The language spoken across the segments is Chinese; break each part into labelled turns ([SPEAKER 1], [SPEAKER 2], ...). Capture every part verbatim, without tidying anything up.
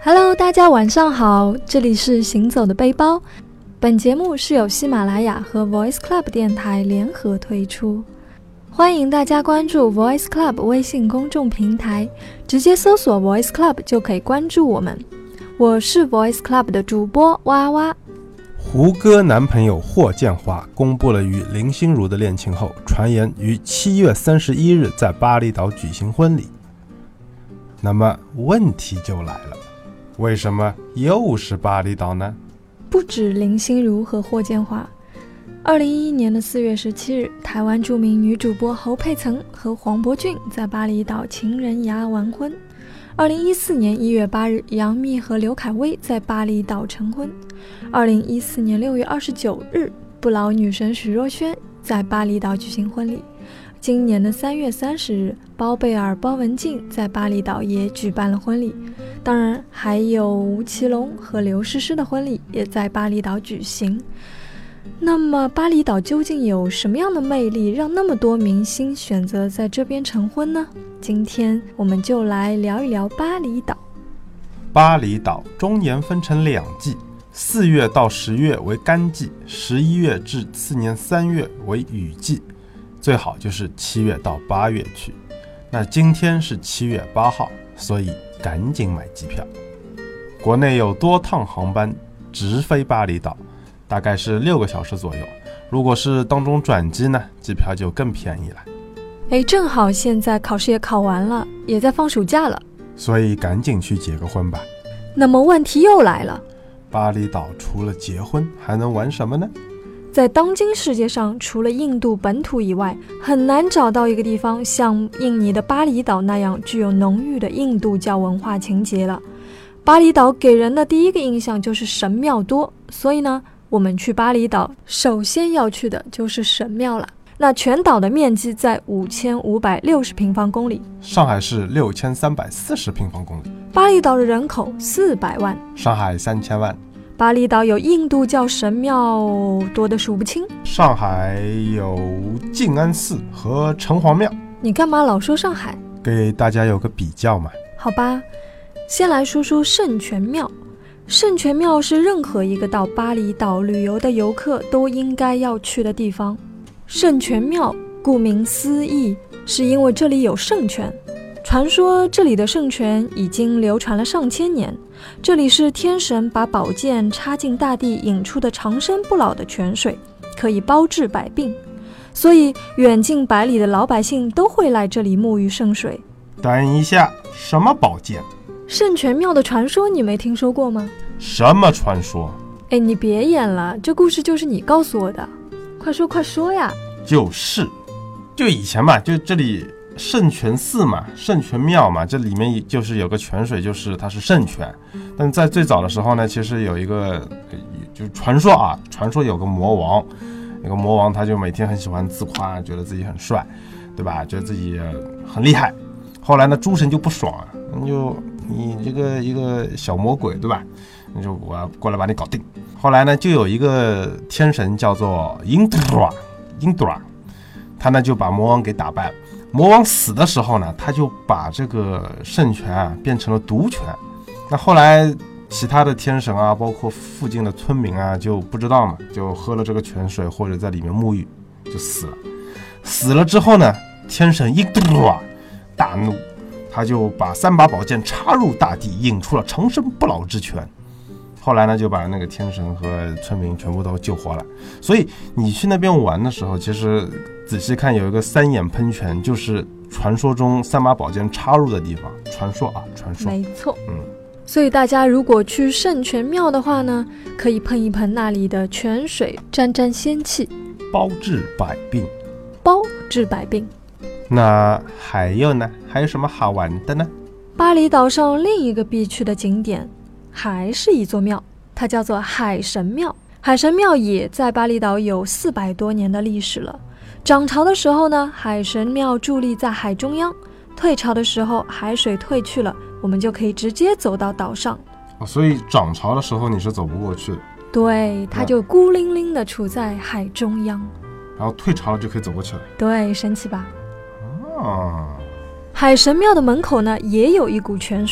[SPEAKER 1] Hello， 大家晚上好，这里是行走的背包。本节目是由喜马拉雅和 Voice Club 电台联合推出，欢迎大家关注 Voice Club 微信公众平台，直接搜索 Voice Club 就可以关注我们。我是 Voice Club 的主播哇哇。
[SPEAKER 2] 胡歌男朋友霍建华公布了与林心如的恋情后，传言于七月三十一日在巴厘岛举行婚礼。那么问题就来了，为什么又是巴厘岛呢？
[SPEAKER 1] 不止林心如和霍建华，二零一一年的四月十七日，台湾著名女主播侯佩岑和黄伯俊在巴厘岛情人崖完婚。二零一四年一月八日，杨幂和刘恺威在巴厘岛成婚。二零一四年六月二十九日，不老女神许若瑄在巴厘岛举行婚礼。今年的三月三十日，包贝尔、包文婧在巴厘岛也举办了婚礼。当然，还有吴奇隆和刘诗诗的婚礼也在巴厘岛举行。那么，巴厘岛究竟有什么样的魅力，让那么多明星选择在这边成婚呢？今天我们就来聊一聊巴厘岛。
[SPEAKER 2] 巴厘岛终年分成两季，四月到十月为干季，十一月至次年三月为雨季，最好就是七月到八月去。那今天是七月八号，所以赶紧买机票。国内有多趟航班直飞巴厘岛，大概是六个小时左右。如果是当中转机呢，机票就更便宜了。
[SPEAKER 1] 哎，正好现在考试也考完了，也在放暑假了，
[SPEAKER 2] 所以赶紧去结个婚吧。
[SPEAKER 1] 那么问题又来了，
[SPEAKER 2] 巴厘岛除了结婚还能玩什么呢？
[SPEAKER 1] 在当今世界上，除了印度本土以外，很难找到一个地方像印尼的巴厘岛那样具有浓郁的印度教文化情节了。巴厘岛给人的第一个印象就是神庙多，所以呢，我们去巴厘岛首先要去的就是神庙了。那全岛的面积在五千五百六十平方公里，
[SPEAKER 2] 上海市六千三百四十平方公里，
[SPEAKER 1] 巴厘岛的人口四百万，
[SPEAKER 2] 上海三千万。
[SPEAKER 1] 巴厘岛有印度教神庙多得数不清，
[SPEAKER 2] 上海有静安寺和城隍庙。
[SPEAKER 1] 你干嘛老说上海？
[SPEAKER 2] 给大家有个比较嘛。
[SPEAKER 1] 好吧，先来说说圣泉庙。圣泉庙是任何一个到巴厘岛旅游的游客都应该要去的地方。圣泉庙顾名思义，是因为这里有圣泉。传说这里的圣泉已经流传了上千年，这里是天神把宝剑插进大地引出的长生不老的泉水，可以包治百病，所以远近百里的老百姓都会来这里沐浴圣水。
[SPEAKER 2] 等一下，什么宝剑？
[SPEAKER 1] 圣泉庙的传说你没听说过吗？
[SPEAKER 2] 什么传说？
[SPEAKER 1] 哎，你别演了，这故事就是你告诉我的，快说快说呀！
[SPEAKER 2] 就是就以前嘛，就这里圣泉寺嘛，圣泉庙嘛，这里面就是有个泉水，就是它是圣泉。但在最早的时候呢，其实有一个就传说啊，传说有个魔王，有个魔王他就每天很喜欢自夸，觉得自己很帅，对吧？觉得自己很厉害。后来呢，诸神就不爽啊，你就你这个一个小魔鬼，对吧？你就我要过来把你搞定。后来呢，就有一个天神叫做因德拉，因德拉，他呢就把魔王给打败了。魔王死的时候呢，他就把这个圣泉啊变成了毒泉。那后来其他的天神啊，包括附近的村民啊，就不知道嘛，就喝了这个泉水或者在里面沐浴，就死了。死了之后呢，天神因德拉大怒，他就把三把宝剑插入大地，引出了长生不老之泉。后来呢，就把那个天神和村民全部都救活了。所以你去那边玩的时候，其实仔细看有一个三眼喷泉，就是传说中三把宝剑插入的地方。传说啊，传说。
[SPEAKER 1] 没错，
[SPEAKER 2] 嗯。
[SPEAKER 1] 所以大家如果去圣泉庙的话呢，可以喷一喷那里的泉水，沾沾仙气，
[SPEAKER 2] 包治百病。
[SPEAKER 1] 包治百病。
[SPEAKER 2] 那还有呢？还有什么好玩的呢？
[SPEAKER 1] 巴厘岛上另一个必去的景点还是一座庙，它叫做海神庙。海神庙也在巴厘岛有四百多年的历史了。涨潮的时候呢，海神庙伫立在海中央；退潮的时候，海水退去了，我们就可以直接走到岛上。
[SPEAKER 2] 哦，所以涨潮的时候你是走不过去的。
[SPEAKER 1] 对，它就孤零零地处在海中央。
[SPEAKER 2] 然后退潮了就可以走过去了。
[SPEAKER 1] 对，神奇吧？
[SPEAKER 2] 哦。
[SPEAKER 1] 海神庙的门口呢，也有一股泉水。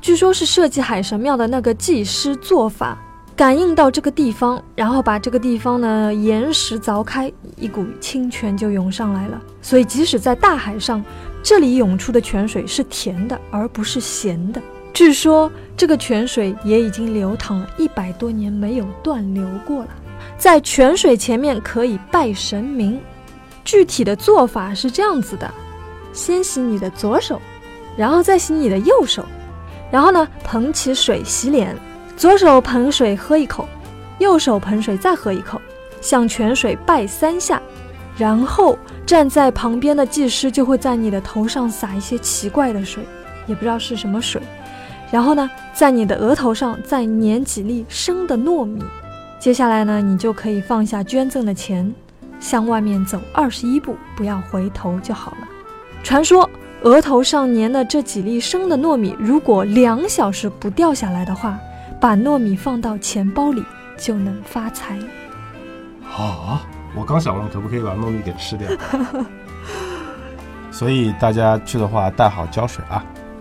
[SPEAKER 1] 据说是设计海神庙的那个技师做法，感应到这个地方，然后把这个地方呢岩石凿开，一股清泉就涌上来了。所以即使在大海上，这里涌出的泉水是甜的，而不是咸的。据说这个泉水也已经流淌了一百多年，没有断流过了。在泉水前面可以拜神明，具体的做法是这样子的：先洗你的左手，然后再洗你的右手，然后呢捧起水洗脸，左手捧水喝一口，右手捧水再喝一口，向泉水拜三下，然后站在旁边的技师就会在你的头上洒一些奇怪的水，也不知道是什么水，然后呢在你的额头上再碾几粒生的糯米。接下来呢你就可以放下捐赠的钱，向外面走二十一步，不要回头就好了。传说额头上粘的这几粒生的糯米，如果两小时不掉下来的话，把糯米放到钱包里就能发财。
[SPEAKER 2] 啊，我刚想问可不可以把糯米给吃掉。所以大家去的话带好胶水啊。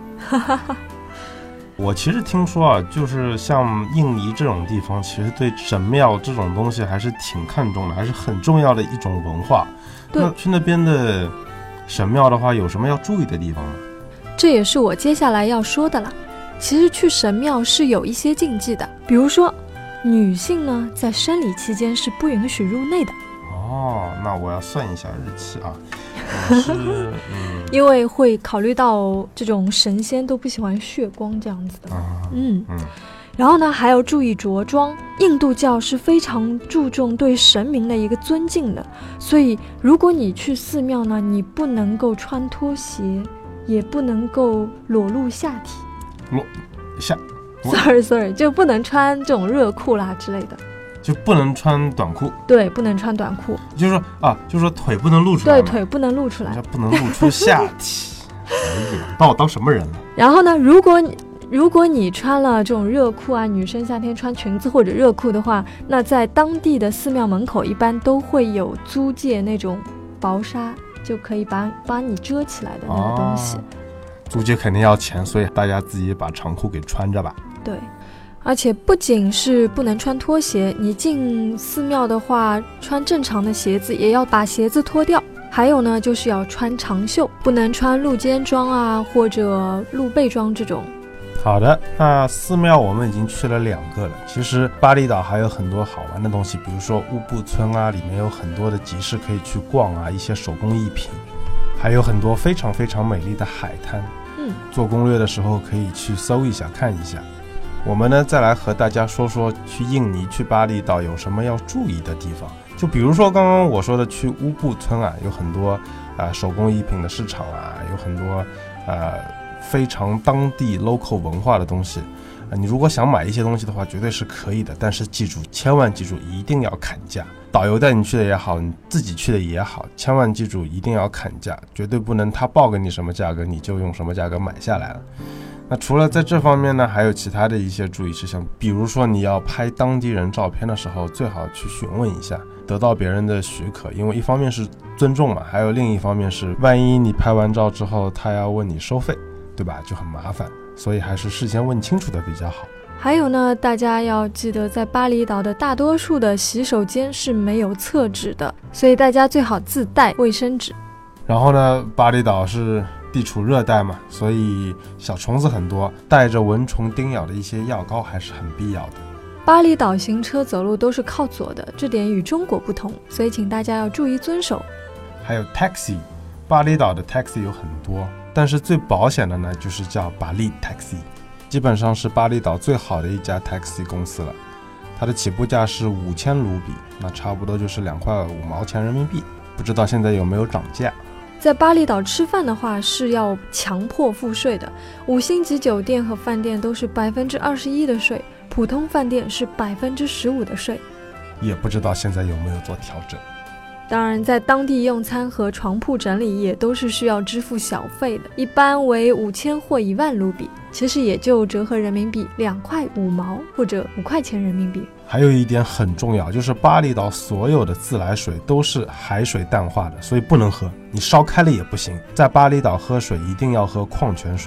[SPEAKER 2] 我其实听说啊，就是像印尼这种地方，其实对神庙这种东西还是挺看重的，还是很重要的一种文化。那去那边的神庙的话，有什么要注意的地方吗？
[SPEAKER 1] 这也是我接下来要说的了。其实去神庙是有一些禁忌的，比如说女性呢在生理期间是不允许入内的。
[SPEAKER 2] 哦，那我要算一下日期啊。是嗯，
[SPEAKER 1] 因为会考虑到这种神仙都不喜欢血光这样子的。
[SPEAKER 2] 啊、
[SPEAKER 1] 嗯
[SPEAKER 2] 嗯。
[SPEAKER 1] 然后呢还要注意着装，印度教是非常注重对神明的一个尊敬的，所以如果你去寺庙呢，你不能够穿拖鞋，也不能够裸露下体。
[SPEAKER 2] 裸下
[SPEAKER 1] sorry sorry 就不能穿这种热裤啦之类的，
[SPEAKER 2] 就不能穿短裤。
[SPEAKER 1] 对，不能穿短裤，
[SPEAKER 2] 就是说啊，就是说腿不能露出来。
[SPEAKER 1] 对，腿不能露出来，
[SPEAKER 2] 不能露出下体。哎呀，把我当什么人了？
[SPEAKER 1] 然后呢，如果你如果你穿了这种热裤啊，女生夏天穿裙子或者热裤的话，那在当地的寺庙门口一般都会有租借那种薄纱，就可以把把你遮起来的那个东西。哦，
[SPEAKER 2] 租借肯定要钱，所以大家自己把长裤给穿着吧。
[SPEAKER 1] 对，而且不仅是不能穿拖鞋，你进寺庙的话，穿正常的鞋子也要把鞋子脱掉。还有呢，就是要穿长袖，不能穿露肩装啊，或者露背装这种。
[SPEAKER 2] 好的，那寺庙我们已经去了两个了。其实巴厘岛还有很多好玩的东西，比如说乌布村啊，里面有很多的集市可以去逛啊，一些手工艺品，还有很多非常非常美丽的海滩。
[SPEAKER 1] 嗯，
[SPEAKER 2] 做攻略的时候可以去搜一下看一下。我们呢再来和大家说说去印尼去巴厘岛有什么要注意的地方。就比如说刚刚我说的去乌布村啊，有很多啊、呃、手工艺品的市场啊，有很多呃非常当地 local 文化的东西。呃、你如果想买一些东西的话绝对是可以的，但是记住，千万记住一定要砍价。导游带你去的也好，你自己去的也好，千万记住一定要砍价，绝对不能他报给你什么价格你就用什么价格买下来了。那除了在这方面呢，还有其他的一些注意事项，比如说你要拍当地人照片的时候，最好去询问一下，得到别人的许可，因为一方面是尊重嘛，还有另一方面是万一你拍完照之后他要问你收费，对吧，就很麻烦，所以还是事先问清楚的比较好。
[SPEAKER 1] 还有呢，大家要记得，在巴厘岛的大多数的洗手间是没有厕纸的，所以大家最好自带卫生纸。
[SPEAKER 2] 然后呢，巴厘岛是地处热带嘛，所以小虫子很多，带着蚊虫叮咬的一些药膏还是很必要的。
[SPEAKER 1] 巴厘岛行车走路都是靠左的，这点与中国不同，所以请大家要注意遵守。
[SPEAKER 2] 还有 taxi， 巴厘岛的 taxi 有很多，但是最保险的呢就是叫巴厘 taxi， 基本上是巴厘岛最好的一家 taxi 公司了。它的起步价是五千卢比，那差不多就是两块五毛钱人民币，不知道现在有没有涨价。
[SPEAKER 1] 在巴厘岛吃饭的话是要强迫付税的，五星级酒店和饭店都是百分之二十一的税，普通饭店是百分之十五的税。
[SPEAKER 2] 也不知道现在有没有做调整。
[SPEAKER 1] 当然，在当地用餐和床铺整理也都是需要支付小费的，一般为五千或一万卢比，其实也就折合人民币两块五毛或者五块钱人民币。
[SPEAKER 2] 还有一点很重要，就是巴厘岛所有的自来水都是海水淡化的，所以不能喝，你烧开了也不行。在巴厘岛喝水一定要喝矿泉水，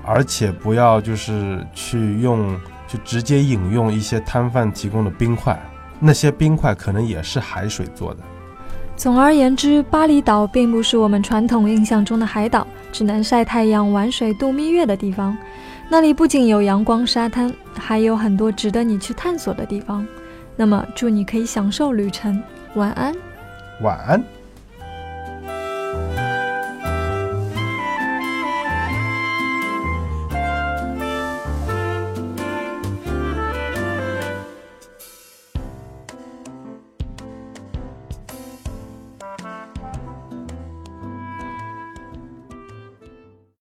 [SPEAKER 2] 而且不要就是去用就直接饮用一些摊贩提供的冰块，那些冰块可能也是海水做的。
[SPEAKER 1] 总而言之，巴厘岛并不是我们传统印象中的海岛，只能晒太阳、玩水、度蜜月的地方。那里不仅有阳光沙滩，还有很多值得你去探索的地方。那么祝你可以享受旅程，晚安。
[SPEAKER 2] 晚安。